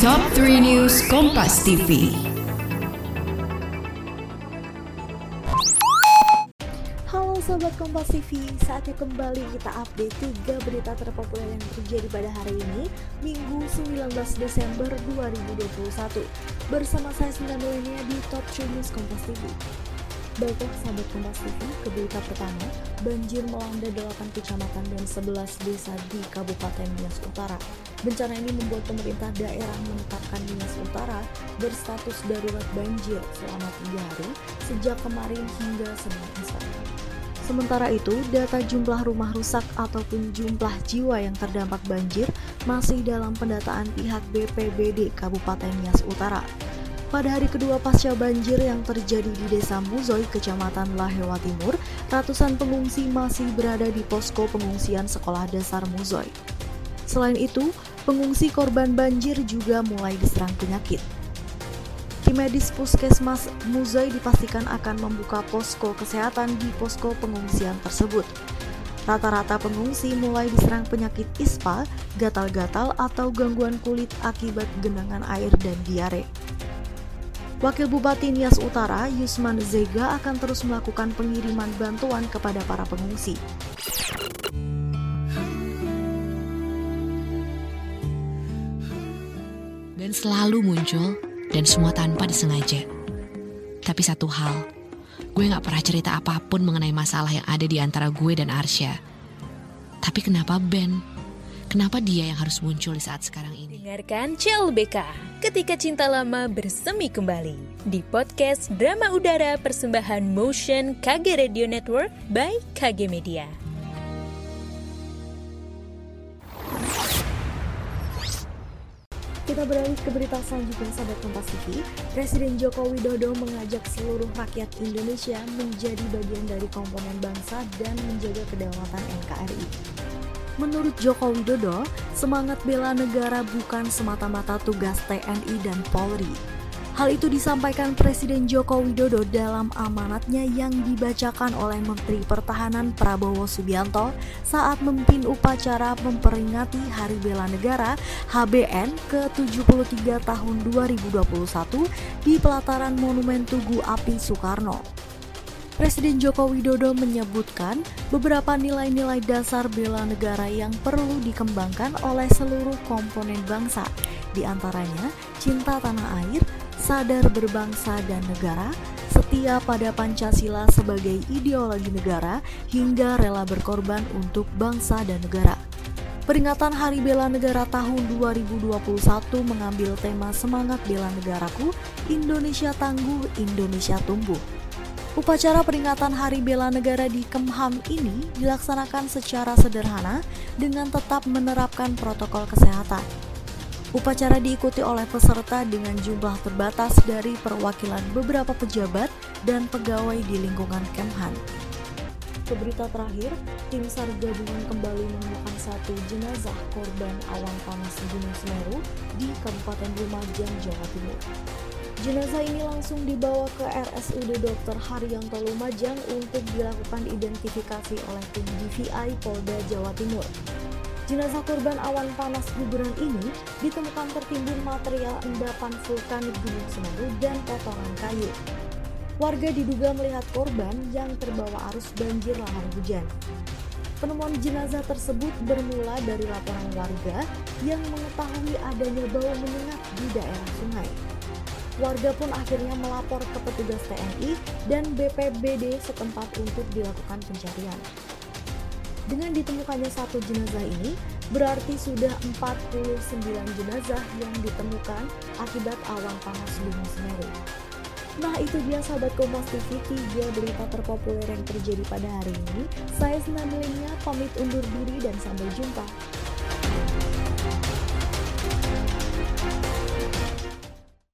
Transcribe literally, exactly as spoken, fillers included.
Top tiga News Kompas T V. Halo Sobat Kompas T V, saatnya kembali kita update tiga berita terpopuler yang terjadi pada hari ini, Minggu sembilan belas Desember dua ribu dua puluh satu. Bersama saya Sunda Milenia di Top tiga News Kompas T V. Baiklah Sahabat Kompas T V, ke berita pertama, banjir melanda delapan kecamatan dan sebelas desa di Kabupaten Nias Utara. Bencana ini membuat pemerintah daerah menetapkan Nias Utara berstatus darurat banjir selama tiga hari sejak kemarin hingga Senin esok. Sementara itu, data jumlah rumah rusak ataupun jumlah jiwa yang terdampak banjir masih dalam pendataan pihak B P B D Kabupaten Nias Utara. Pada hari kedua pasca banjir yang terjadi di Desa Muzoy, Kecamatan Lahewa Timur, ratusan pengungsi masih berada di posko pengungsian Sekolah Dasar Muzoy. Selain itu, pengungsi korban banjir juga mulai diserang penyakit. Tim medis Puskesmas Muzoy dipastikan akan membuka posko kesehatan di posko pengungsian tersebut. Rata-rata pengungsi mulai diserang penyakit ispa, gatal-gatal atau gangguan kulit akibat genangan air dan diare. Wakil Bupati Nias Utara, Yusman Zega akan terus melakukan pengiriman bantuan kepada para pengungsi. Dan selalu muncul, dan semua tanpa disengaja. Tapi satu hal, gue gak pernah cerita apapun mengenai masalah yang ada di antara gue dan Arsya. Tapi kenapa Ben? Kenapa dia yang harus muncul di saat sekarang ini? Dengarkan C L B K, Ketika Cinta Lama Bersemi Kembali, di podcast Drama Udara Persembahan Motion K G Radio Network by K G Media. Kita beralih ke berita selanjutnya, Sahabat Kompas T V. Presiden Joko Widodo mengajak seluruh rakyat Indonesia menjadi bagian dari komponen bangsa dan menjaga kedaulatan N K R I. Menurut Joko Widodo, semangat bela negara bukan semata-mata tugas T N I dan Polri. Hal itu disampaikan Presiden Joko Widodo dalam amanatnya yang dibacakan oleh Menteri Pertahanan Prabowo Subianto saat memimpin upacara memperingati Hari Bela Negara H B N ke tujuh puluh tiga tahun dua ribu dua puluh satu di pelataran Monumen Tugu Api Soekarno. Presiden Joko Widodo menyebutkan beberapa nilai-nilai dasar bela negara yang perlu dikembangkan oleh seluruh komponen bangsa, di antaranya cinta tanah air, sadar berbangsa dan negara, setia pada Pancasila sebagai ideologi negara, hingga rela berkorban untuk bangsa dan negara. Peringatan Hari Bela Negara tahun dua ribu dua puluh satu mengambil tema Semangat Bela Negaraku, Indonesia Tangguh, Indonesia Tumbuh. Upacara peringatan Hari Bela Negara di Kemham ini dilaksanakan secara sederhana dengan tetap menerapkan protokol kesehatan. Upacara diikuti oleh peserta dengan jumlah terbatas dari perwakilan beberapa pejabat dan pegawai di lingkungan Kemhan. Ke berita terakhir, tim SAR gabungan kembali menemukan satu jenazah korban awan panas Gunung Semeru di Kabupaten Lumajang, Jawa Timur. Jenazah ini langsung dibawa ke R S U D Dokter Haryanto Lumajang untuk dilakukan identifikasi oleh tim D V I Polda Jawa Timur. Jenazah korban awan panas guguran ini ditemukan tertimbun material endapan vulkanik Gunung Semeru dan potongan kayu. Warga diduga melihat korban yang terbawa arus banjir lahar hujan. Penemuan jenazah tersebut bermula dari laporan warga yang mengetahui adanya bau menyengat di daerah sungai. Warga pun akhirnya melapor ke petugas T N I dan B P B D setempat untuk dilakukan pencarian. Dengan ditemukannya satu jenazah ini, berarti sudah empat puluh sembilan jenazah yang ditemukan akibat awan panas Gunung Semeru. Nah, itu dia Sahabat Kompas T V, tiga berita terpopuler yang terjadi pada hari ini. Saya Sunda Milenia pamit undur diri dan sampai jumpa.